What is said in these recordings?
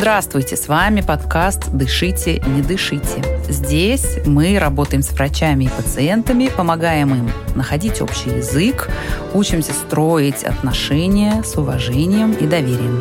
Здравствуйте, с вами подкаст «Дышите, не дышите». Здесь мы работаем с врачами и пациентами, помогаем им находить общий язык, учимся строить отношения с уважением и доверием.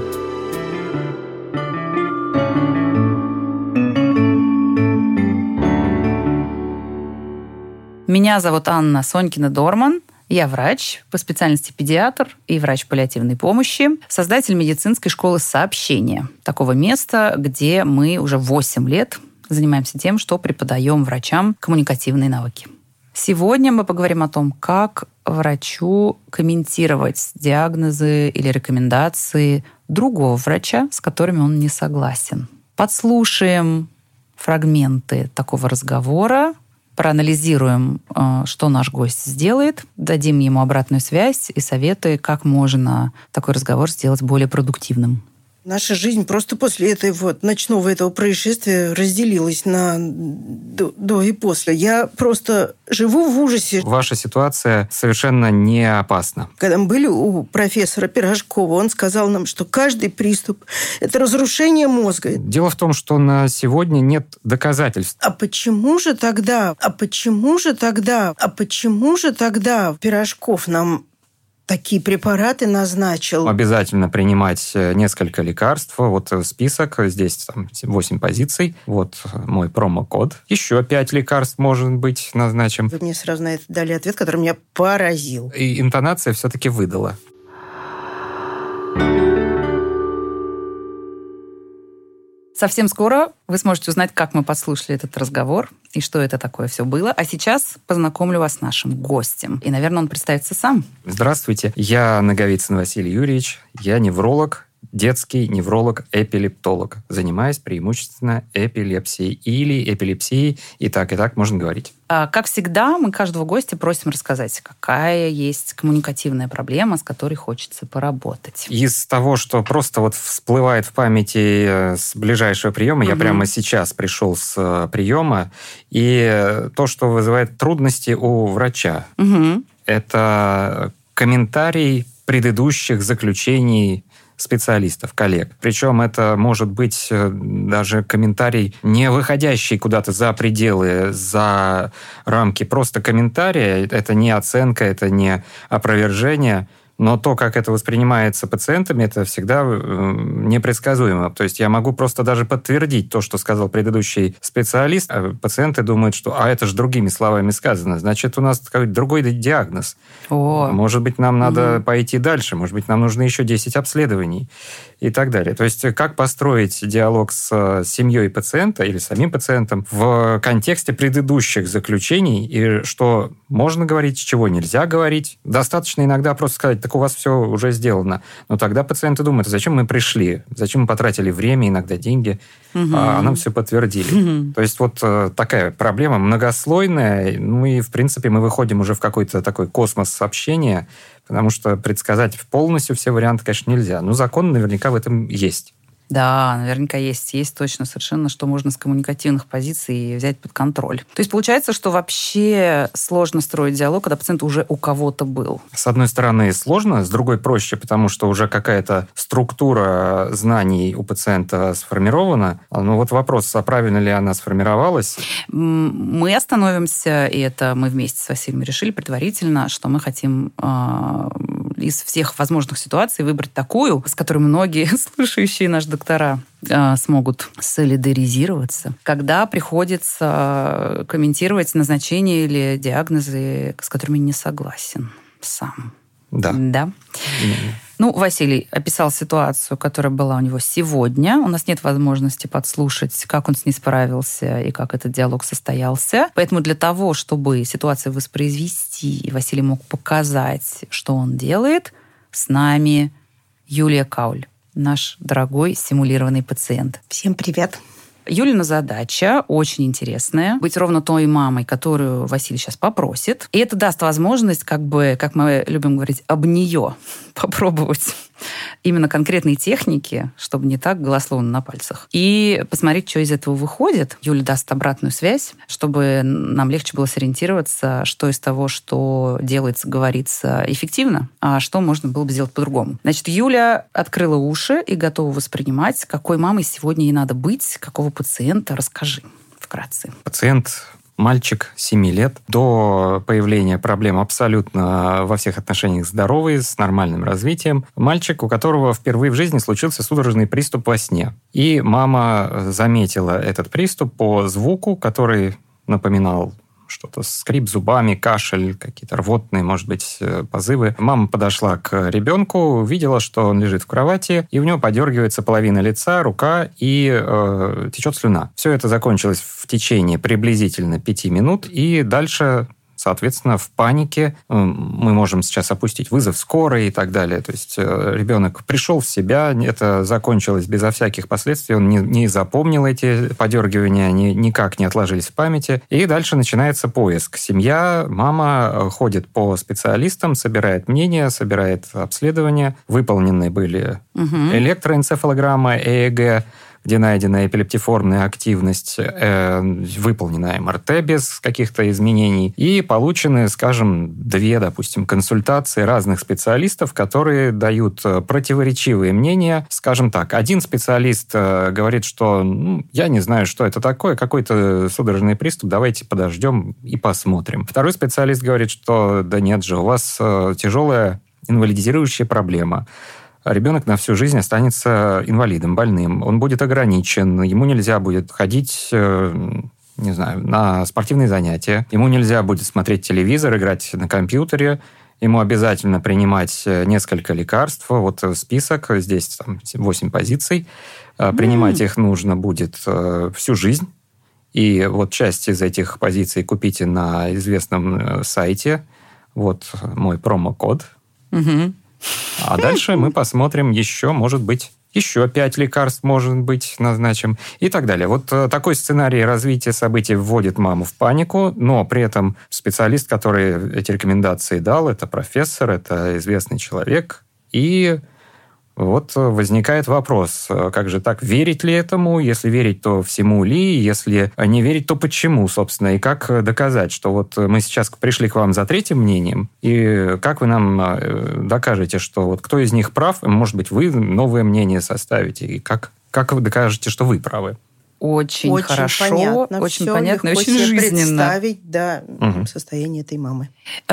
Меня зовут Анна Сонькина-Дорман. Я врач по специальности педиатр и врач паллиативной помощи, создатель медицинской школы сообщения, такого места, где мы уже 8 лет занимаемся тем, что преподаем врачам коммуникативные навыки. Сегодня мы поговорим о том, как врачу комментировать диагнозы или рекомендации другого врача, с которыми он не согласен. Подслушаем фрагменты такого разговора, проанализируем, что наш гость сделает, дадим ему обратную связь и советы, как можно такой разговор сделать более продуктивным. Наша жизнь просто после ночного происшествия разделилась на до и после. Я просто живу в ужасе. Ваша ситуация совершенно не опасна. Когда мы были у профессора Пирожкова, он сказал нам, что каждый приступ – это разрушение мозга. Дело в том, что на сегодня нет доказательств. А почему же тогда Пирожков нам такие препараты назначил? Обязательно принимать несколько лекарств. Вот список, здесь 8 позиций. Вот мой промокод. Еще 5 лекарств, может быть, назначим. Вы мне сразу на это дали ответ, который меня поразил. И интонация все-таки выдала. Совсем скоро вы сможете узнать, как мы подслушали этот разговор и что это такое все было. А сейчас познакомлю вас с нашим гостем. И, наверное, он представится сам. Здравствуйте. Я Наговицын Василий Юрьевич. Я невролог, детский невролог-эпилептолог. Занимаюсь преимущественно эпилепсией или эпилепсией. И так можно говорить. Как всегда, мы каждого гостя просим рассказать, какая есть коммуникативная проблема, с которой хочется поработать. Из того, что просто всплывает в памяти с ближайшего приема, я прямо сейчас пришел с приема, и то, что вызывает трудности у врача, это комментарий предыдущих заключений специалистов, коллег. Причем это может быть даже комментарий, не выходящий куда-то за пределы, за рамки просто комментария. Это не оценка, это не опровержение. Но то, как это воспринимается пациентами, это всегда непредсказуемо. То есть я могу просто даже подтвердить то, что сказал предыдущий специалист, а пациенты думают, что это же другими словами сказано, значит, у нас какой-то другой диагноз. Может быть, нам надо пойти дальше, может быть, нам нужно еще 10 обследований и так далее. То есть как построить диалог с семьей пациента или самим пациентом в контексте предыдущих заключений, и что можно говорить, чего нельзя говорить. Достаточно иногда просто сказать: так у вас все уже сделано. Но тогда пациенты думают: зачем мы пришли? Зачем мы потратили время, иногда деньги, а нам все подтвердили. То есть такая проблема многослойная. И, в принципе, мы выходим уже в какой-то такой космос общения, потому что предсказать полностью все варианты, конечно, нельзя. Но закон наверняка в этом есть. Да, наверняка есть. Есть точно совершенно, что можно с коммуникативных позиций взять под контроль. То есть получается, что вообще сложно строить диалог, когда пациент уже у кого-то был. С одной стороны, сложно, с другой проще, потому что уже какая-то структура знаний у пациента сформирована. Но вопрос, а правильно ли она сформировалась? Мы остановимся, и это мы вместе с Василием решили предварительно, что мы хотим из всех возможных ситуаций выбрать такую, с которой многие слушающие наши доктора смогут солидаризироваться, когда приходится комментировать назначения или диагнозы, с которыми не согласен сам. Да. Василий описал ситуацию, которая была у него сегодня. У нас нет возможности подслушать, как он с ней справился и как этот диалог состоялся. Поэтому для того, чтобы ситуацию воспроизвести, и Василий мог показать, что он делает, с нами Юлия Кауль, наш дорогой симулированный пациент. Всем привет. Юлина задача очень интересная. Быть ровно той мамой, которую Василий сейчас попросит. И это даст возможность, как мы любим говорить, об нее попробовать именно конкретной техники, чтобы не так голословно на пальцах. И посмотреть, что из этого выходит. Юля даст обратную связь, чтобы нам легче было сориентироваться, что из того, что делается, говорится эффективно, а что можно было бы сделать по-другому. Значит, Юля открыла уши и готова воспринимать, какой мамой сегодня ей надо быть, какого пациента. Расскажи вкратце. Пациент мальчик 7 лет, до появления проблем абсолютно во всех отношениях здоровый, с нормальным развитием. Мальчик, у которого впервые в жизни случился судорожный приступ во сне. И мама заметила этот приступ по звуку, который напоминал что-то, скрип зубами, кашель, какие-то рвотные, может быть, позывы. Мама подошла к ребенку, увидела, что он лежит в кровати, и у него подергивается половина лица, рука, и течет слюна. Все это закончилось в течение приблизительно 5 минут, и дальше... Соответственно, в панике мы можем сейчас опустить вызов скорой и так далее. То есть ребенок пришел в себя, это закончилось безо всяких последствий, он не запомнил эти подергивания, они никак не отложились в памяти. И дальше начинается поиск. Семья, мама ходит по специалистам, собирает мнения, собирает обследования. Выполнены были электроэнцефалограмма, ЭЭГ, где найдена эпилептиформная активность, выполнена МРТ без каких-то изменений, и получены, скажем, 2, допустим, консультации разных специалистов, которые дают противоречивые мнения. Скажем так, один специалист говорит, что я не знаю, что это такое, какой-то судорожный приступ, давайте подождем и посмотрим. Второй специалист говорит, что да нет же, у вас тяжелая инвалидизирующая проблема. Ребенок на всю жизнь останется инвалидом, больным. Он будет ограничен, ему нельзя будет ходить, не знаю, на спортивные занятия, ему нельзя будет смотреть телевизор, играть на компьютере, ему обязательно принимать несколько лекарств. Вот список, здесь 8 позиций. Принимать их нужно будет всю жизнь. И вот часть из этих позиций купите на известном сайте. Вот мой промокод. А дальше мы посмотрим еще, может быть, еще 5 лекарств, может быть, назначим и так далее. Вот такой сценарий развития событий вводит маму в панику, но при этом специалист, который эти рекомендации дал, это профессор, это известный человек, и вот возникает вопрос, как же так, верить ли этому? Если верить, то всему ли? Если не верить, то почему, собственно? И как доказать, что вот мы сейчас пришли к вам за 3-м мнением, и как вы нам докажете, что вот кто из них прав, может быть, вы новое мнение составите, и как вы докажете, что вы правы? Очень хорошо, понятно, очень понятно, очень жизненно. Представить, состояние этой мамы.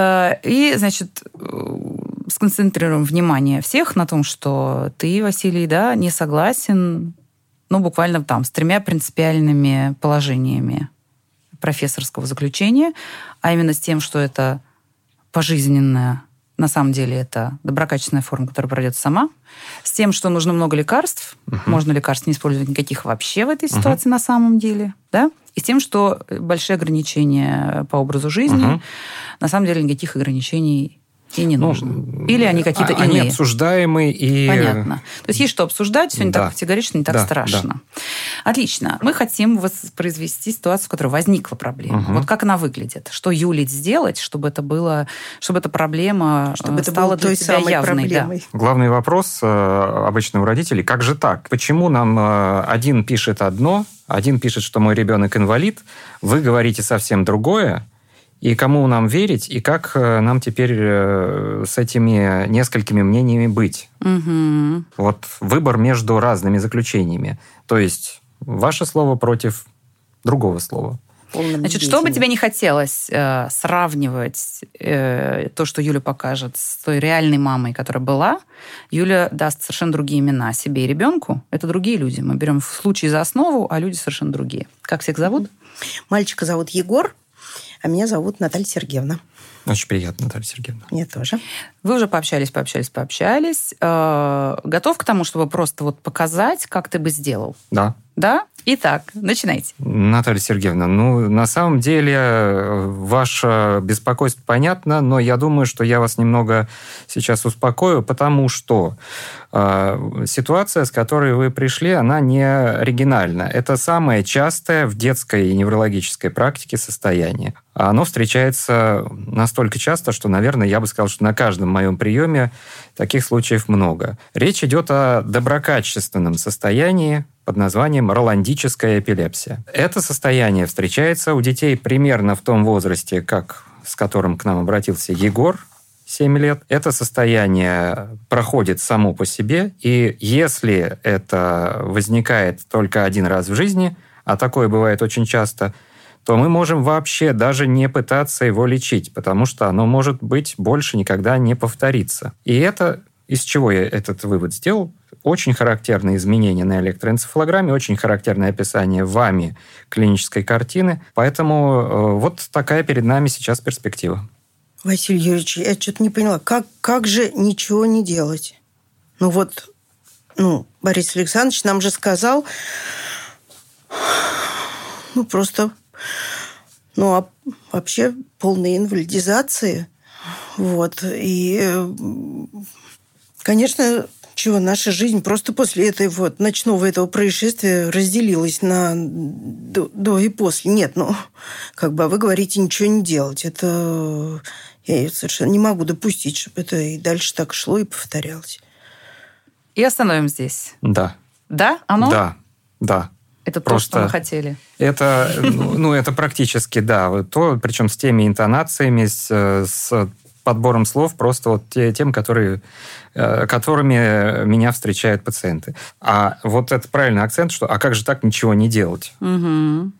И, значит, сконцентрируем внимание всех на том, что ты, Василий, не согласен, буквально с 3 принципиальными положениями профессорского заключения, а именно с тем, что это пожизненная, на самом деле это доброкачественная форма, которая пройдет сама, с тем, что нужно много лекарств, можно лекарств не использовать никаких вообще в этой ситуации на самом деле, и с тем, что большие ограничения по образу жизни, на самом деле никаких ограничений и не нужно. Или они какие-то иные. Они обсуждаемые и... Понятно. То есть есть что обсуждать, все не так категорично, не так страшно. Да. Отлично. Мы хотим воспроизвести ситуацию, в которой возникла проблема. Вот как она выглядит? Что Юле сделать, чтобы это было, чтобы эта проблема стала для тебя явной? Да. Главный вопрос обычно у родителей, как же так? Почему нам один пишет одно, один пишет, что мой ребенок инвалид, вы говорите совсем другое, и кому нам верить, и как нам теперь с этими несколькими мнениями быть? Вот выбор между разными заключениями. То есть ваше слово против другого слова. Значит, что бы тебе не хотелось сравнивать то, что Юля покажет, с той реальной мамой, которая была, Юля даст совершенно другие имена себе и ребенку. Это другие люди. Мы берем случай за основу, а люди совершенно другие. Как всех зовут? Мальчика зовут Егор, а меня зовут Наталья Сергеевна. Очень приятно, Наталья Сергеевна. Мне тоже. Вы уже пообщались. Готов к тому, чтобы просто показать, как ты бы сделал? Да. Да? Итак, начинайте. Наталья Сергеевна, на самом деле ваше беспокойство понятно, но я думаю, что я вас немного сейчас успокою, потому что ситуация, с которой вы пришли, она не оригинальна. Это самое частое в детской и неврологической практике состояние. Оно встречается настолько часто, что, наверное, я бы сказал, что на каждом моем приеме таких случаев много. Речь идет о доброкачественном состоянии под названием роландическая эпилепсия. Это состояние встречается у детей примерно в том возрасте, с которым к нам обратился Егор, 7 лет. Это состояние проходит само по себе, и если это возникает только один раз в жизни, а такое бывает очень часто, то мы можем вообще даже не пытаться его лечить, потому что оно может быть больше никогда не повториться. И это, из чего я этот вывод сделал, очень характерные изменения на электроэнцефалограмме, очень характерное описание вами клинической картины. Поэтому вот такая перед нами сейчас перспектива. Василий Юрьевич, я что-то не поняла, как же ничего не делать? Борис Александрович нам же сказал, вообще полной инвалидизации. И, конечно, наша жизнь просто после ночного происшествия разделилась на до и после. Нет, вы говорите, ничего не делать. Это я совершенно не могу допустить, чтобы это и дальше так шло и повторялось. И остановим здесь. Да. Да? Оно? Да. Это просто то, что мы хотели. Это практически, да. Причем с теми интонациями, с подбором слов, просто тем, которыми меня встречают пациенты. А это правильный акцент, что «а как же так ничего не делать?» Угу.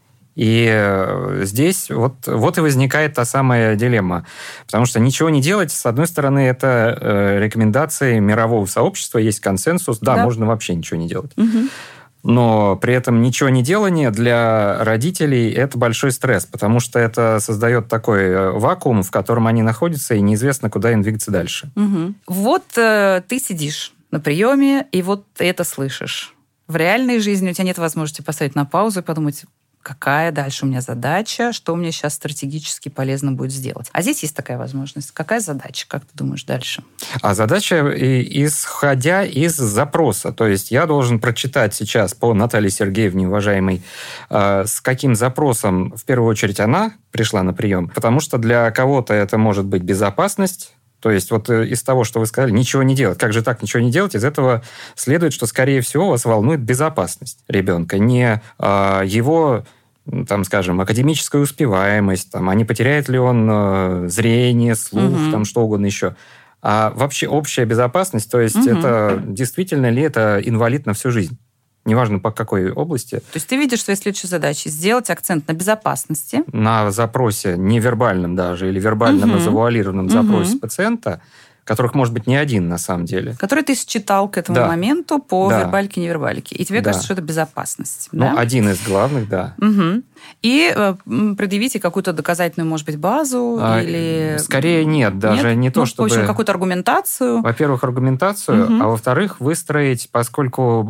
И здесь и возникает та самая дилемма. Потому что ничего не делать, с одной стороны, это рекомендации мирового сообщества, есть консенсус, да, можно вообще ничего не делать. Угу. Но при этом ничего не делание для родителей – это большой стресс, потому что это создает такой вакуум, в котором они находятся, и неизвестно, куда им двигаться дальше. Угу. Ты сидишь на приеме, и это слышишь. В реальной жизни у тебя нет возможности поставить на паузу и подумать, какая дальше у меня задача, что мне сейчас стратегически полезно будет сделать. А здесь есть такая возможность. Какая задача, как ты думаешь, дальше? А задача, исходя из запроса. То есть я должен прочитать сейчас по Наталье Сергеевне, уважаемой, с каким запросом, в первую очередь, она пришла на прием. Потому что для кого-то это может быть безопасность. То есть из того, что вы сказали, ничего не делать. Как же так ничего не делать? Из этого следует, что, скорее всего, вас волнует безопасность ребенка. Не его, академическая успеваемость, а не потеряет ли он зрение, слух, что угодно еще. А вообще общая безопасность, то есть это действительно ли это инвалид на всю жизнь? Неважно, по какой области. То есть ты видишь, что есть следующая задача – сделать акцент на безопасности. На запросе невербальном даже, или вербальном и завуалированном запросе пациента, которых может быть не один на самом деле. Который ты считал к этому моменту по вербальке, невербальке. И тебе кажется, что это безопасность. Один из главных, да. Угу. И предъявите какую-то доказательную, может быть, базу или... Скорее нет, даже не то, чтобы... В общем, какую-то аргументацию. Во-первых, аргументацию, а во-вторых, выстроить, поскольку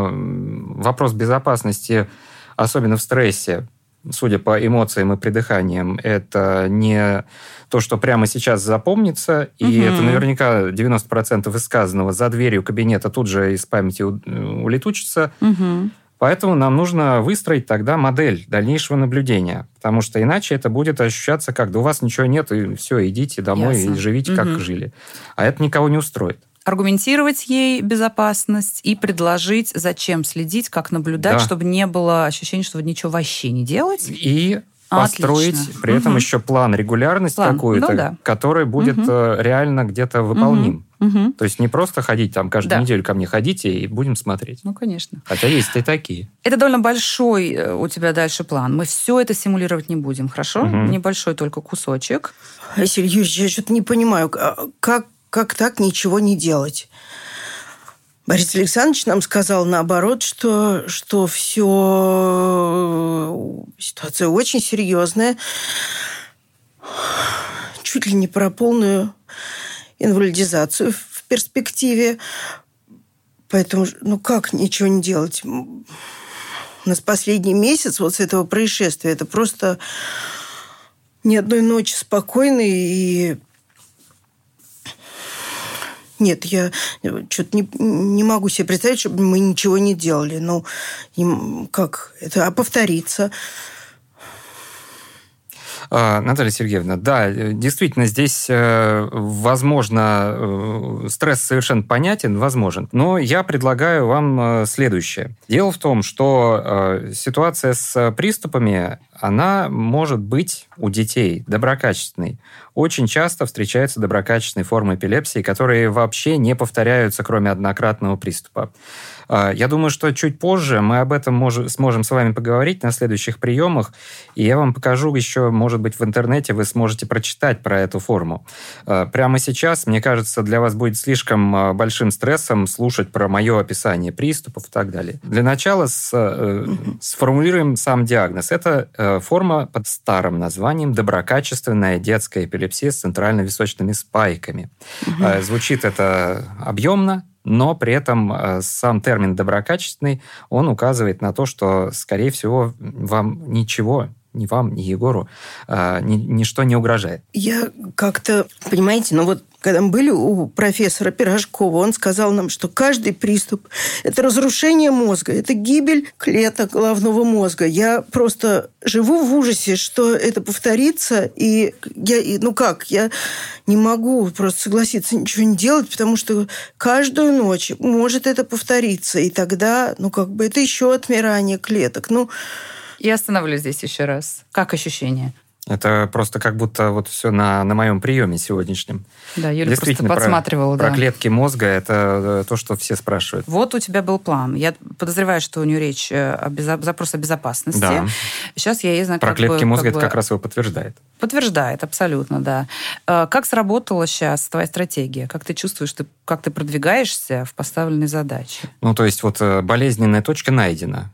вопрос безопасности, особенно в стрессе, судя по эмоциям и придыханиям, это не то, что прямо сейчас запомнится, и это наверняка 90% из сказанного за дверью кабинета тут же из памяти улетучится. Поэтому нам нужно выстроить тогда модель дальнейшего наблюдения, потому что иначе это будет ощущаться как, да у вас ничего нет, и все, идите домой и живите, как жили. А это никого не устроит. Аргументировать ей безопасность и предложить, зачем следить, как наблюдать, чтобы не было ощущения, что ничего вообще не делать. И построить при этом еще план регулярности какую-то, который будет реально где-то выполним. То есть не просто ходить каждую неделю ко мне ходите и будем смотреть. Конечно. Хотя есть и такие. Это довольно большой у тебя дальше план. Мы все это симулировать не будем, хорошо? Небольшой только кусочек. Василий Юрьевич, я что-то не понимаю, как так ничего не делать? Борис Александрович нам сказал наоборот, что все ситуация очень серьезная, чуть ли не про полную инвалидизацию в перспективе. Поэтому, как ничего не делать? у нас последний месяц вот с этого происшествия, это просто ни одной ночи спокойной и... Нет, я что-то не могу себе представить, чтобы мы ничего не делали. Ну, как это? А повторится? Наталья Сергеевна, да, действительно, здесь, возможно, стресс совершенно понятен, возможен. Но я предлагаю вам следующее. Дело в том, что ситуация с приступами, она может быть у детей доброкачественной. Очень часто встречаются доброкачественные формы эпилепсии, которые вообще не повторяются, кроме однократного приступа. Я думаю, что чуть позже мы об этом сможем с вами поговорить на следующих приемах, и я вам покажу еще, может быть, в интернете вы сможете прочитать про эту форму. Прямо сейчас, мне кажется, для вас будет слишком большим стрессом слушать про мое описание приступов и так далее. Для начала сформулируем сам диагноз. Это форма под старым названием доброкачественная детская эпилепсия с центрально-височными спайками. Звучит это объемно, но при этом сам термин «доброкачественный», он указывает на то, что, скорее всего, вам ничего, ни вам, ни Егору, ничто не угрожает. Я как-то, понимаете, когда мы были у профессора Пирожкова, он сказал нам, что каждый приступ – это разрушение мозга, это гибель клеток головного мозга. Я просто живу в ужасе, что это повторится, и я не могу просто согласиться ничего не делать, потому что каждую ночь может это повториться, и тогда, это еще отмирание клеток. Я остановлюсь здесь еще раз. Как ощущение? Это просто как будто вот все на моем приеме сегодняшнем. Да, Юля просто подсматривала. Про клетки мозга – это то, что все спрашивают. Вот у тебя был план. Я подозреваю, что у нее речь запрос о безопасности. Да. Сейчас я ей знаю, про клетки мозга это как раз его подтверждает. Подтверждает, абсолютно, да. Как сработала сейчас твоя стратегия? Как ты чувствуешь, как ты продвигаешься в поставленной задаче? То есть болезненная точка найдена.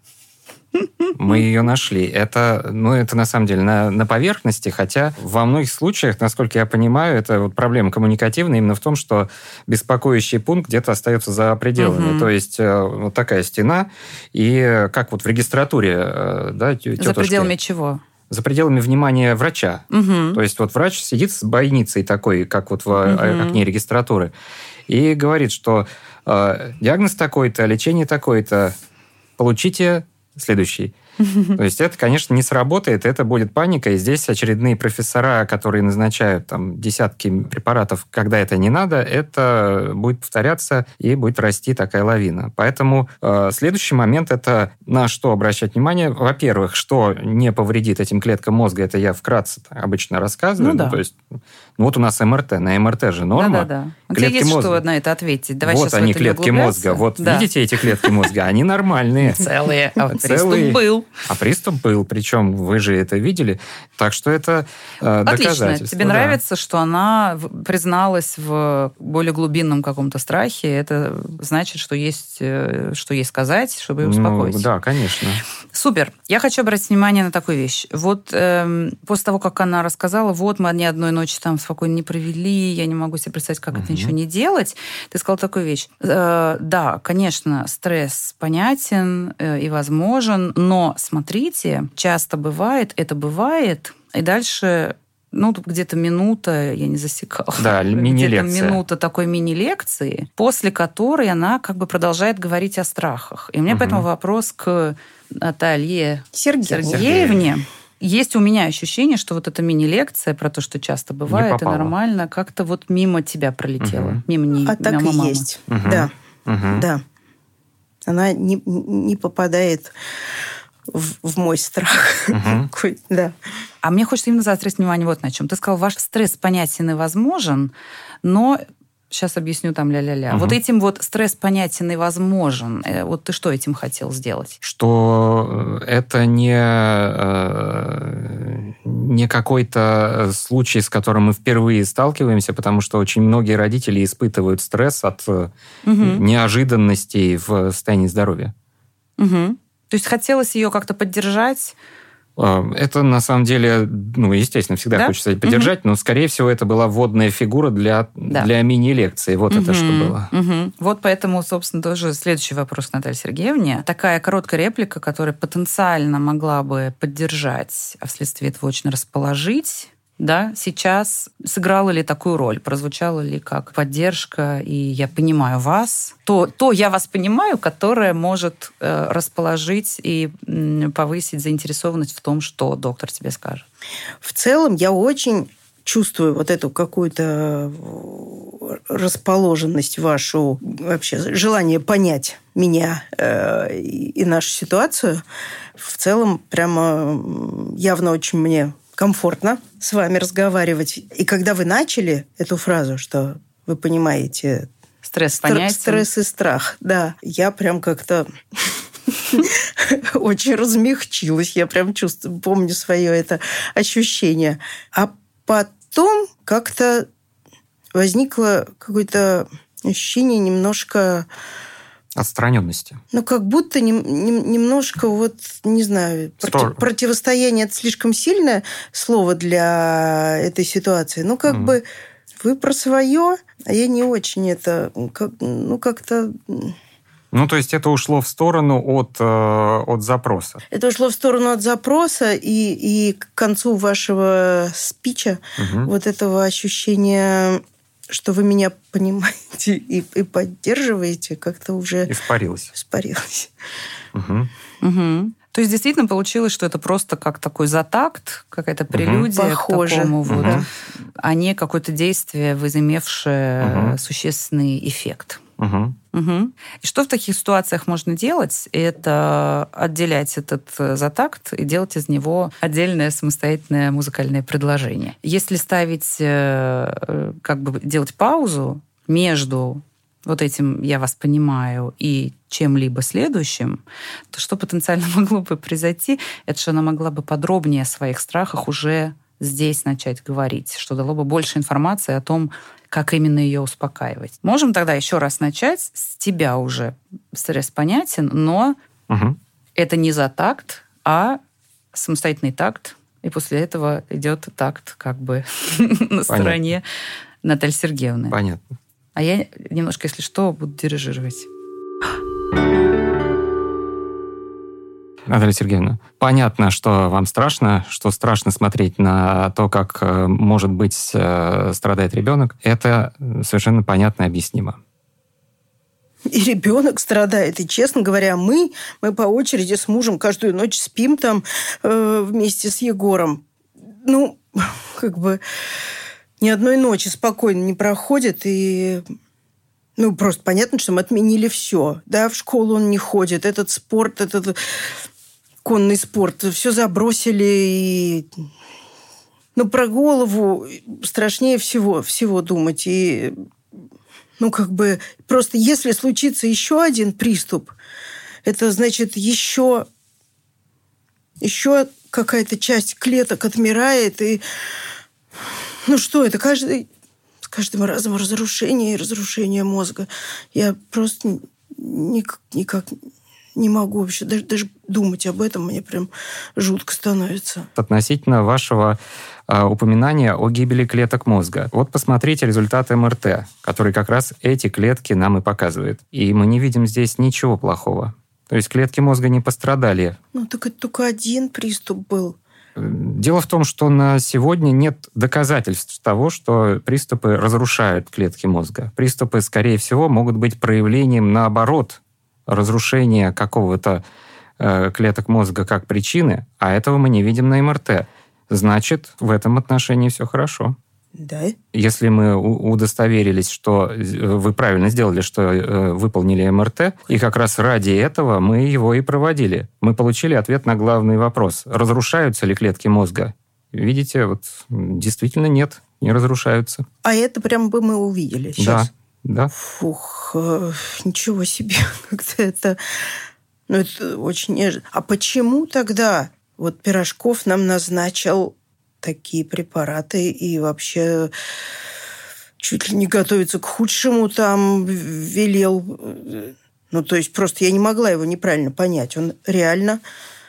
Мы ее нашли. Это на самом деле на поверхности, хотя во многих случаях, насколько я понимаю, это проблема коммуникативная именно в том, что беспокоящий пункт где-то остается за пределами. То есть вот такая стена, и как в регистратуре, да, тетушки. За пределами чего? За пределами внимания врача. То есть врач сидит с бойницей такой, как в окне регистратуры, и говорит, что диагноз такой-то, лечение такое-то, получите следующий. То есть это, конечно, не сработает, это будет паника, и здесь очередные профессора, которые назначают десятки препаратов, когда это не надо, это будет повторяться и будет расти такая лавина. Поэтому следующий момент – это на что обращать внимание. Во-первых, что не повредит этим клеткам мозга, это я вкратце обычно рассказываю. Да. То есть, вот у нас МРТ, на МРТ же норма. Да. Клетки есть мозга. Что на это ответить? Давай вот они, клетки мозга. Видите эти клетки мозга? Они нормальные. Целые. Приступ был. А приступ был, причем вы же это видели. Так что это доказательство. Отлично. Тебе нравится, что она призналась в более глубинном каком-то страхе? Это значит, что есть сказать, чтобы ее успокоить? Да, конечно. Супер. Я хочу обратить внимание на такую вещь. После того, как она рассказала, мы ни одной ночи там спокойно не провели, я не могу себе представить, как это ничего не делать, ты сказала такую вещь. Да, конечно, стресс понятен и возможен, но смотрите, часто бывает, и дальше где-то минута, я не засекала. Да, мини-лекция. Где-то минута такой мини-лекции, после которой она продолжает говорить о страхах. И у меня поэтому вопрос к Наталье Сергеевне. Есть у меня ощущение, что эта мини-лекция про то, что часто бывает, и нормально, как-то мимо тебя пролетела. Мимо нее. Так и есть. Да. Она не попадает в мой страх. Да. А мне хочется именно заострить внимание на чем. Ты сказал, ваш стресс понятен и возможен, но... Сейчас объясню ля-ля-ля. Этим стресс понятен и возможен. Ты что этим хотел сделать? Что это не какой-то случай, с которым мы впервые сталкиваемся, потому что очень многие родители испытывают стресс от неожиданностей в состоянии здоровья. То есть хотелось ее как-то поддержать? Это, на самом деле, естественно, всегда хочется поддержать, но, скорее всего, это была вводная фигура для мини-лекции. Вот это что было. Вот поэтому, собственно, тоже следующий вопрос к Наталье Сергеевне. Такая короткая реплика, которая потенциально могла бы поддержать, а вследствие этого очень расположить, да, сейчас сыграла ли такую роль, прозвучала ли как поддержка, и я понимаю вас, то я вас понимаю, которое может расположить и повысить заинтересованность в том, что доктор тебе скажет. В целом я очень чувствую вот эту какую-то расположенность вашу, вообще желание понять меня и нашу ситуацию. В целом прямо явно очень мне комфортно с вами разговаривать. И когда вы начали эту фразу, что вы понимаете стресс и страх, да, я прям как-то очень размягчилась. Я прям помню свое это ощущение. А потом как-то возникло какое-то ощущение немножко... отстраненности. Как будто немножко, не знаю, противостояние – это слишком сильное слово для этой ситуации. Бы вы про свое, а я не очень это, как-то... То есть это ушло в сторону от запроса. Это ушло в сторону от запроса, и к концу вашего спича вот этого ощущения... что вы меня понимаете и поддерживаете, как-то уже... Испарилось. То есть действительно получилось, что это просто как такой затакт, какая-то прелюдия к такому а не какое-то действие, возымевшее существенный эффект. И что в таких ситуациях можно делать? Это отделять этот затакт и делать из него отдельное самостоятельное музыкальное предложение. Если ставить, делать паузу между вот этим «я вас понимаю» и чем-либо следующим, то что потенциально могло бы произойти, это что она могла бы подробнее о своих страхах уже здесь начать говорить, что дало бы больше информации о том, как именно ее успокаивать. Можем тогда еще раз начать. С тебя уже стресс понятен, но это не затакт, а самостоятельный такт. И после этого идет такт на стороне Натальи Сергеевны. Понятно. А я немножко, если что, буду дирижировать. Наталья Сергеевна, понятно, что вам страшно, что страшно смотреть на то, как, может быть, страдает ребенок. Это совершенно понятно и объяснимо. И ребенок страдает. И, честно говоря, мы по очереди с мужем каждую ночь спим там вместе с Егором. Ни одной ночи спокойно не проходит. И... просто понятно, что мы отменили все. Да, в школу он не ходит. Этот спорт, этот конный спорт, все забросили. И... про голову страшнее всего думать. И, просто если случится еще один приступ, это значит еще какая-то часть клеток отмирает. И, что это? С каждым разом разрушение мозга. Я просто никак не могу вообще даже думать об этом. Мне прям жутко становится. Относительно вашего упоминания о гибели клеток мозга. Вот посмотрите результаты МРТ, который как раз эти клетки нам и показывает. И мы не видим здесь ничего плохого. То есть клетки мозга не пострадали. Так это только один приступ был. Дело в том, что на сегодня нет доказательств того, что приступы разрушают клетки мозга. Приступы, скорее всего, могут быть проявлением, наоборот, разрушения какого-то клеток мозга как причины, а этого мы не видим на МРТ. Значит, в этом отношении все хорошо. Да. Если мы удостоверились, что вы правильно сделали, что выполнили МРТ, и как раз ради этого мы его и проводили. Мы получили ответ на главный вопрос. Разрушаются ли клетки мозга? Видите, действительно нет, не разрушаются. А это прям бы мы увидели сейчас? Да. Фух, ничего себе. Как-то это... это очень неожиданно. А почему тогда Пирожков нам назначил такие препараты и вообще чуть ли не готовиться к худшему там велел. То есть просто я не могла его неправильно понять. Он реально...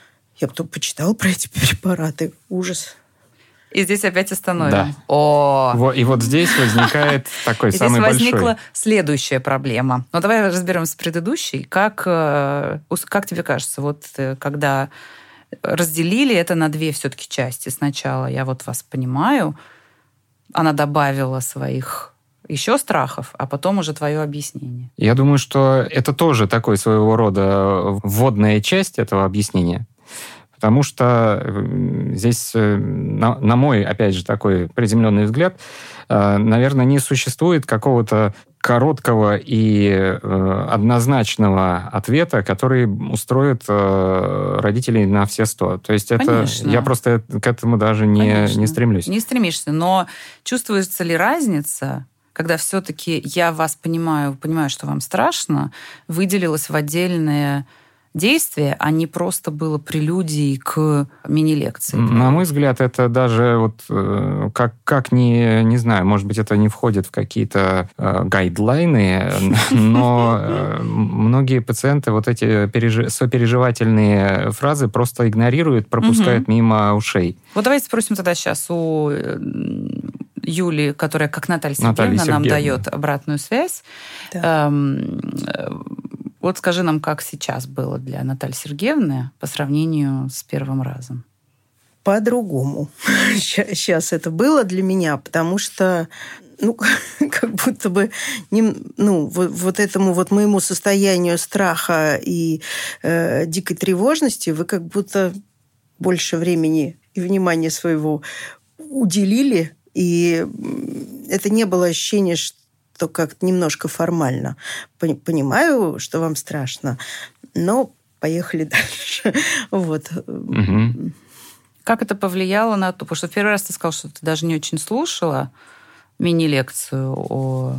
Я потом почитала про эти препараты. Ужас. И здесь опять остановим. Да. И вот здесь возникает такой самый большой... Здесь возникла следующая проблема. Ну, давай разберемся с предыдущей. Как тебе кажется, вот когда разделили это на две все-таки части. Сначала я вот вас понимаю, она добавила своих еще страхов, а потом уже твое объяснение. Я думаю, что это тоже такой своего рода вводная часть этого объяснения. Потому что здесь, на мой, опять же, такой приземленный взгляд, наверное, не существует какого-то короткого и однозначного ответа, который устроит родителей на все 100. То есть это я просто к этому даже не стремлюсь. Не стремишься, но чувствуется ли разница, когда все-таки я вас понимаю, что вам страшно, выделилась в отдельное действие, а не просто было прелюдией к мини-лекции? На мой взгляд, это даже вот как не знаю, может быть, это не входит в какие-то гайдлайны, но многие пациенты вот эти сопереживательные фразы просто игнорируют, пропускают мимо ушей. Вот давайте спросим тогда сейчас у Юли, которая, как Наталья Сергеевна, нам дает обратную связь. Да. Вот скажи нам, как сейчас было для Натальи Сергеевны по сравнению с первым разом? По-другому. Сейчас это было для меня, потому что, как будто бы, вот этому вот моему состоянию страха и дикой тревожности вы как будто больше времени и внимания своего уделили, и это не было ощущения, что как-то немножко формально. Понимаю, что вам страшно, но поехали дальше. Вот. Угу. Как это повлияло на то? Потому что в первый раз ты сказала, что ты даже не очень слушала мини-лекцию о...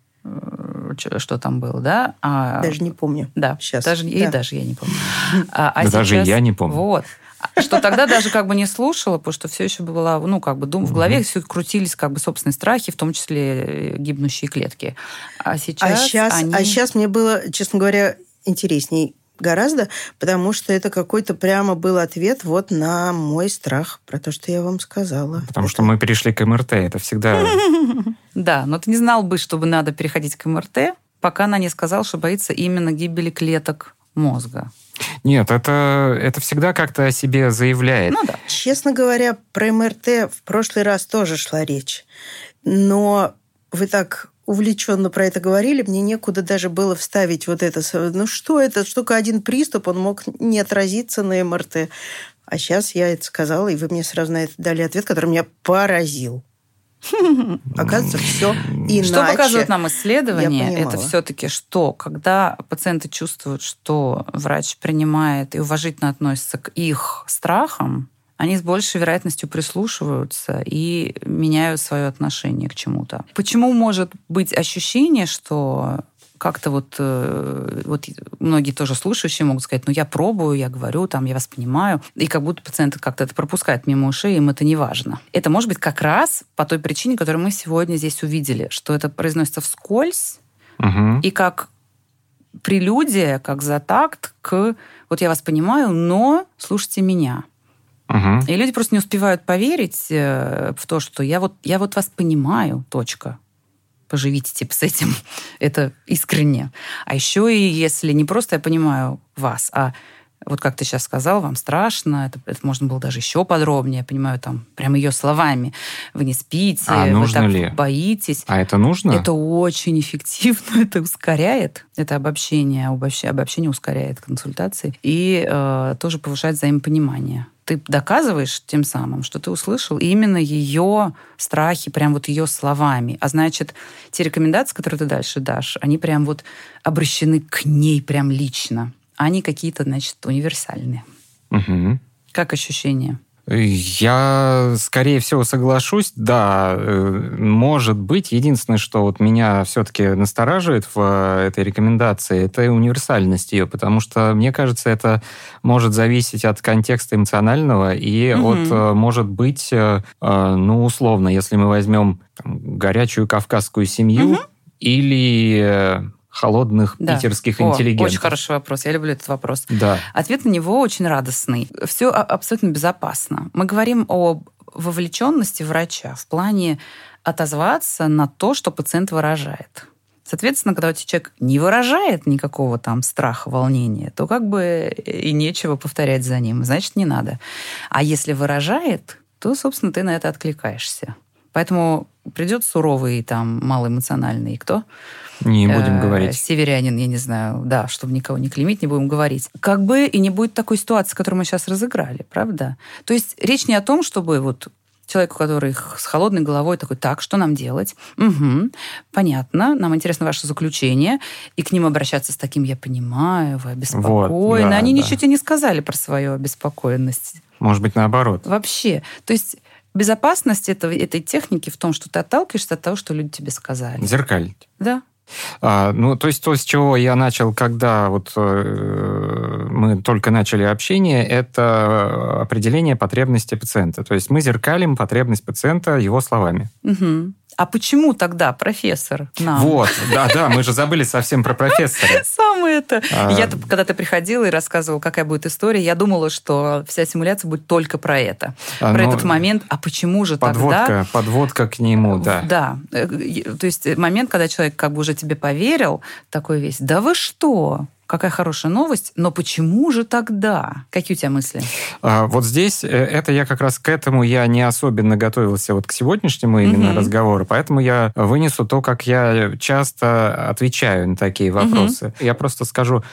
Что там было, да? Даже не помню. Да, сейчас. Даже я не помню. Даже я не помню. Вот. Что тогда даже как бы не слушала, потому что все еще была, в голове все крутились как бы собственные страхи, в том числе гибнущие клетки. А сейчас мне было, честно говоря, интересней гораздо, потому что это какой-то прямо был ответ вот на мой страх про то, что я вам сказала. Потому что мы перешли к МРТ, это всегда... Да, но ты не знал бы, чтобы надо переходить к МРТ, пока она не сказала, что боится именно гибели клеток мозга. Нет, это всегда как-то о себе заявляет. Ну да. Честно говоря, про МРТ в прошлый раз тоже шла речь. Но вы так увлеченно про это говорили, мне некуда даже было вставить вот это. Что это? Что только один приступ, он мог не отразиться на МРТ. А сейчас я это сказала, и вы мне сразу на это дали ответ, который меня поразил. Оказывается, все иначе. Что показывают нам исследования, это все-таки что? Когда пациенты чувствуют, что врач принимает и уважительно относится к их страхам, они с большей вероятностью прислушиваются и меняют свое отношение к чему-то. Почему может быть ощущение, что как-то вот многие тоже слушающие могут сказать, я пробую, я говорю, я вас понимаю, и как будто пациенты как-то это пропускают мимо ушей, им это не важно. Это может быть как раз по той причине, которую мы сегодня здесь увидели, что это произносится вскользь, и как прелюдия, как затакт к «вот я вас понимаю, но слушайте меня». И люди просто не успевают поверить в то, что я вот вас понимаю, точка. Поживите с этим. Это искренне. А еще и если не просто я понимаю вас, а вот как ты сейчас сказал, вам страшно, это можно было даже еще подробнее, я понимаю, прямо ее словами. Вы не спите, вы так боитесь. А это нужно? Это очень эффективно, это ускоряет. Это обобщение ускоряет консультации и тоже повышает взаимопонимание. Ты доказываешь тем самым, что ты услышал именно ее страхи, прям вот ее словами. А значит, те рекомендации, которые ты дальше дашь, они прям вот обращены к ней прям лично. Они какие-то, значит, универсальные. Угу. Как ощущение? Я, скорее всего, соглашусь. Да, может быть. Единственное, что вот меня все-таки настораживает в этой рекомендации, это универсальность ее, потому что, мне кажется, это может зависеть от контекста эмоционального и может быть, условно, если мы возьмем горячую кавказскую семью или холодных питерских интеллигентов? Очень хороший вопрос. Я люблю этот вопрос. Да. Ответ на него очень радостный. Все абсолютно безопасно. Мы говорим о вовлеченности врача в плане отозваться на то, что пациент выражает. Соответственно, когда у тебя человек не выражает никакого там страха, волнения, то как бы и нечего повторять за ним. Значит, не надо. А если выражает, то, собственно, ты на это откликаешься. Поэтому придет суровый, там, малоэмоциональный кто? Не будем говорить. Северянин, я не знаю, да, чтобы никого не клеймить, не будем говорить. Как бы и не будет такой ситуации, которую мы сейчас разыграли, правда? То есть речь не о том, чтобы вот человеку, который с холодной головой такой, так, что нам делать? Угу, понятно, нам интересно ваше заключение. И к ним обращаться с таким, я понимаю, вы обеспокоены. Вот, да, Они ничего тебе не сказали про свою обеспокоенность. Может быть, наоборот. Вообще. То есть безопасность этой техники в том, что ты отталкиваешься от того, что люди тебе сказали. Зеркалить. Да. То есть то, с чего я начал, когда вот мы только начали общение, это определение потребности пациента. То есть мы зеркалим потребность пациента его словами. Угу. А почему тогда профессор нам? Вот, да, мы же забыли совсем про профессора. Самое это. Я, когда ты приходила и рассказывала, какая будет история, я думала, что вся симуляция будет только про это. Про этот момент. А почему же тогда... Подводка к нему, да. Да. То есть момент, когда человек как бы уже тебе поверил, такой весь, да вы что? Какая хорошая новость, но почему же тогда? Какие у тебя мысли? Вот здесь, это я как раз к этому я не особенно готовился вот к сегодняшнему именно разговору, поэтому я вынесу то, как я часто отвечаю на такие вопросы. Я просто скажу,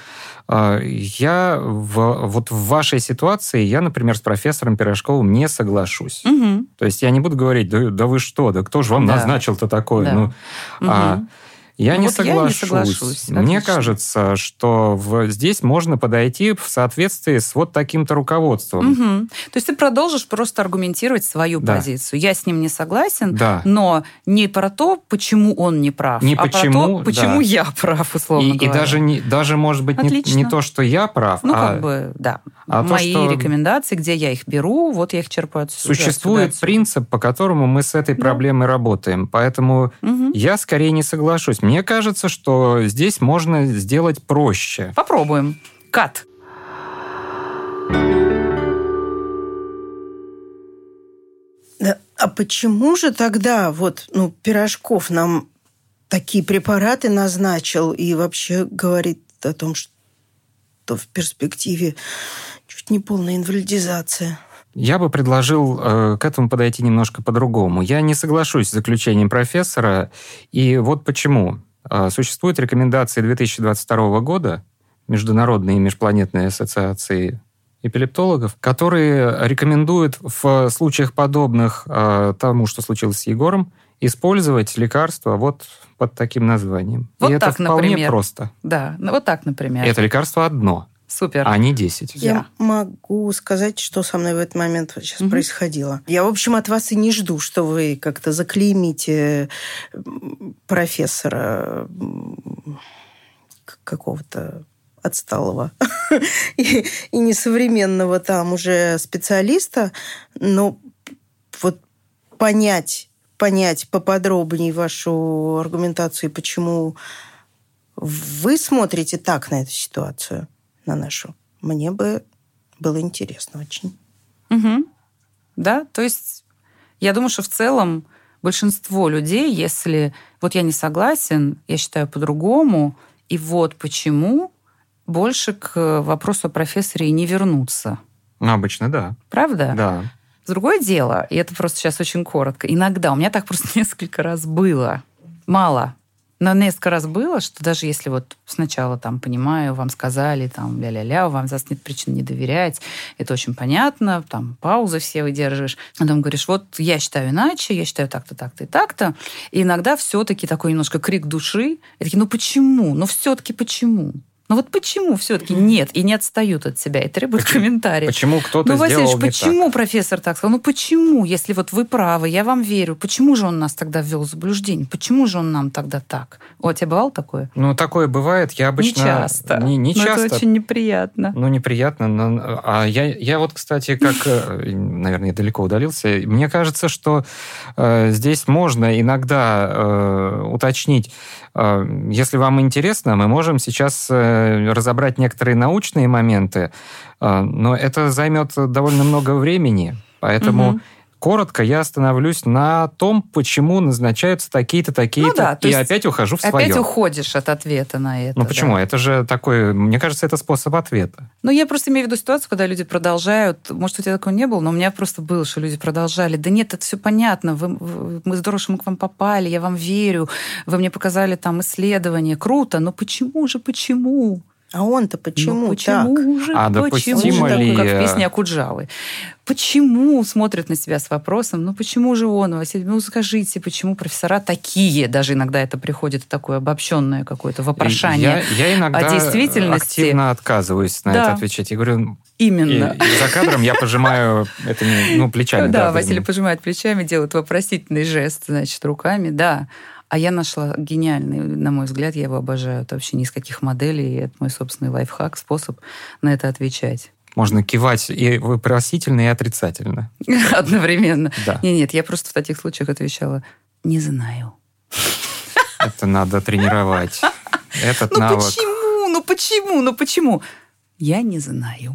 вот в вашей ситуации я, например, с профессором Пирожковым не соглашусь. То есть я не буду говорить, да вы что, да кто же вам назначил-то такое? Я не соглашусь. Мне кажется, что здесь можно подойти в соответствии с вот таким-то руководством. То есть ты продолжишь просто аргументировать свою позицию. Я с ним не согласен, но не про то, почему он не прав, про то, почему я прав, условно говоря. И даже может быть, не то, что я прав, мои рекомендации, где я их беру, вот я их черпаю отсюда. Существует принцип, по которому мы с этой проблемой работаем. Поэтому я скорее не соглашусь. Мне кажется, что здесь можно сделать проще. Попробуем. Кат. А почему же тогда Пирожков нам такие препараты назначил и вообще говорит о том, что в перспективе чуть не полная инвалидизация? Я бы предложил к этому подойти немножко по-другому. Я не соглашусь с заключением профессора, и вот почему. Существуют рекомендации 2022 года Международной и межпланетной ассоциации эпилептологов, которые рекомендуют в случаях подобных тому, что случилось с Егором, использовать лекарства вот под таким названием. Вот и так, это вполне например. Просто. Да, вот так, например. Это лекарство одно. Супер. А не 10. Я могу сказать, что со мной в этот момент сейчас происходило. Я, в общем, от вас и не жду, что вы как-то заклеймите профессора какого-то отсталого и несовременного там уже специалиста, но вот понять поподробнее вашу аргументацию и почему вы смотрите так на эту ситуацию, на нашу, мне бы было интересно очень. Да, то есть я думаю, что в целом большинство людей, если вот я не согласен, я считаю по-другому, и вот почему, больше к вопросу о профессоре и не вернуться. Обычно, да. Правда? Да. Другое дело, и это просто сейчас очень коротко, иногда, у меня так просто несколько раз было, мало, но несколько раз было, что даже если вот сначала там, понимаю, вам сказали, там, ля-ля-ля, у вас нет причин не доверять, это очень понятно, там, паузы все выдерживаешь, а потом говоришь, вот я считаю иначе, я считаю так-то, так-то и так-то, и иногда все-таки такой немножко крик души, и такие, почему? Все-таки почему? Вот почему все-таки нет и не отстают от себя и требуют комментариев? Почему кто-то сделал не так? Почему профессор так сказал? Почему, если вот вы правы, я вам верю, почему же он нас тогда ввел в заблуждение? Почему же он нам тогда так? У тебя бывало такое? Такое бывает. Я обычно... Не часто. Не часто. Это очень неприятно. Неприятно. А я вот, кстати, как, наверное, далеко удалился, мне кажется, что здесь можно иногда уточнить, Если вам интересно, мы можем сейчас разобрать некоторые научные моменты, но это займет довольно много времени, поэтому... Коротко я остановлюсь на том, почему назначаются такие-то, такие-то, и опять ухожу в свое. Опять уходишь от ответа на это. Ну почему? Это же такой, мне кажется, это способ ответа. Ну я просто имею в виду ситуацию, когда люди продолжают, может, у тебя такого не было, но у меня просто было, что люди продолжали. Да нет, это все понятно, мы здорово, что мы к вам попали, я вам верю, вы мне показали там исследования, круто, но почему? А он-то почему, ну, почему так? Же, допустимо ли... Как в песне Акуджавы. Почему смотрят на себя с вопросом, ну почему же он, Василий, ну скажите, почему профессора такие, даже иногда это приходит такое обобщенное какое-то вопрошание я иногда о действительности. Активно отказываюсь на это отвечать. Я говорю, именно. И за кадром я пожимаю плечами. Да, Василий пожимает плечами, делает вопросительный жест, значит, руками, да. А я нашла гениальный, на мой взгляд, я его обожаю. Это вообще ни из каких моделей. Это мой собственный лайфхак, способ на это отвечать. Можно кивать и вопросительно, и отрицательно. Одновременно. Да. Нет, я просто в таких случаях отвечала, не знаю. Это надо тренировать. Этот навык. Почему? Я не знаю.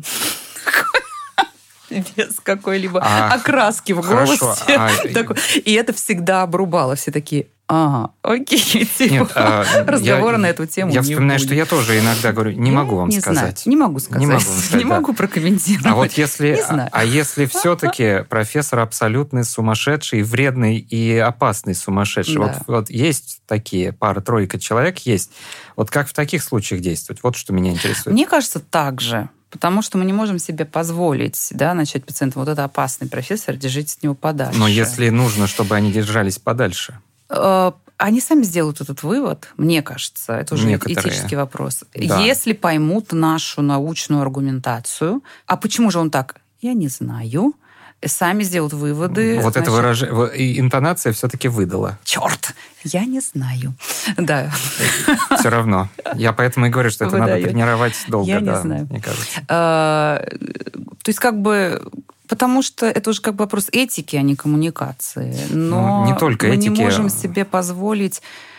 Без какой-либо окраски в голосе. И это всегда обрубало. Все такие, окей, разговора на эту тему не будет. Я вспоминаю, что я тоже иногда говорю, не могу вам сказать. Не могу сказать. Не могу прокомментировать. А вот если все-таки профессор абсолютный сумасшедший, вредный и опасный сумасшедший, вот есть такие, пара-тройка человек есть, вот как в таких случаях действовать? Вот что меня интересует. Мне кажется, так же. Потому что мы не можем себе позволить, начать пациентам, вот это опасный профессор, держитесь от него подальше. Но если нужно, чтобы они держались подальше? Они сами сделают этот вывод, мне кажется. Это уже этический вопрос. Да. Если поймут нашу научную аргументацию, а почему же он так? Я не знаю. Сами сделают выводы. Вот это выражение, интонация все-таки выдала. Черт, я не знаю. Да. Все равно. Я поэтому и говорю, что это надо тренировать долго. Я не знаю. Мне кажется. То есть потому что это уже вопрос этики, а не коммуникации. Но не только этики. Мы не можем себе позволить,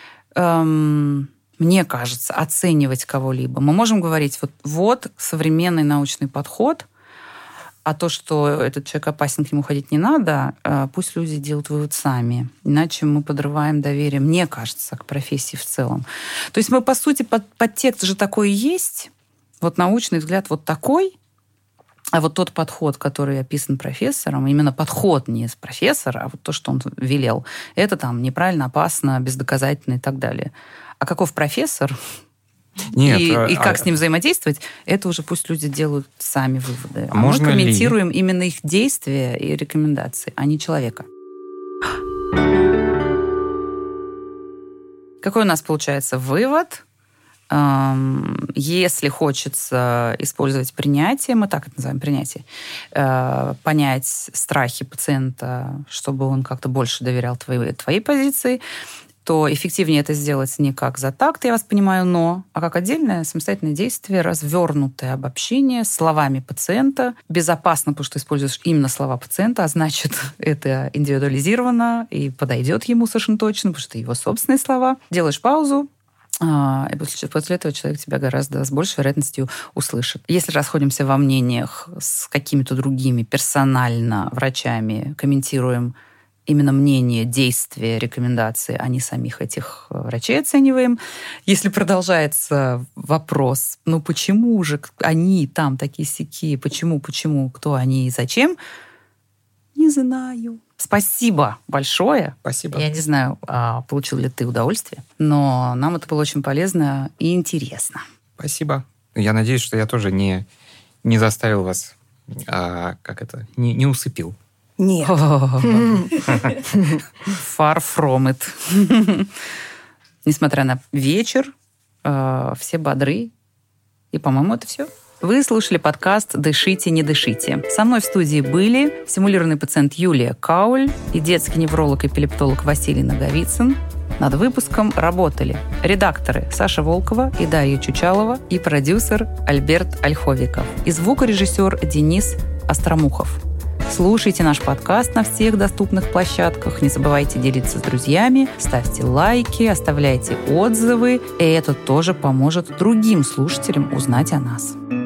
мне кажется, оценивать кого-либо. Мы можем говорить, вот современный научный подход, а то, что этот человек опасен, к нему ходить не надо, пусть люди делают вывод сами. Иначе мы подрываем доверие, мне кажется, к профессии в целом. То есть мы, по сути, подтекст же такой и есть. Вот научный взгляд вот такой, а вот тот подход, который описан профессором, именно подход не из профессора, а вот то, что он велел, это неправильно, опасно, бездоказательно и так далее. А каков профессор... Нет, и как с ним взаимодействовать, это уже пусть люди делают сами выводы. А мы комментируем именно их действия и рекомендации, а не человека. Какой у нас получается вывод? Если хочется использовать принятие, мы так это называем, принятие, понять страхи пациента, чтобы он как-то больше доверял твоей позиции, то эффективнее это сделать не как за такт, я вас понимаю, а как отдельное самостоятельное действие, развернутое обобщение словами пациента. Безопасно, потому что используешь именно слова пациента, а значит, это индивидуализировано и подойдет ему совершенно точно, потому что это его собственные слова. Делаешь паузу, и после этого человек тебя гораздо с большей вероятностью услышит. Если расходимся во мнениях с какими-то другими персонально врачами, комментируем именно мнение, действия, рекомендации, а не самих этих врачей оцениваем. Если продолжается вопрос, почему же они там такие-сякие, почему, кто они и зачем, не знаю. Спасибо большое. Спасибо. Я не знаю, получил ли ты удовольствие, но нам это было очень полезно и интересно. Спасибо. Я надеюсь, что я тоже не заставил вас, не усыпил. Нет. Far from it. Несмотря на вечер, все бодры. И, по-моему, это все. Вы слушали подкаст «Дышите, не дышите». Со мной в студии были симулированный пациент Юлия Кауль и детский невролог-эпилептолог Василий Наговицын. Над выпуском работали редакторы Саша Волкова и Дарья Чучалова и продюсер Альберт Ольховиков и звукорежиссер Денис Остромухов. Слушайте наш подкаст на всех доступных площадках. Не забывайте делиться с друзьями, ставьте лайки, оставляйте отзывы. И это тоже поможет другим слушателям узнать о нас.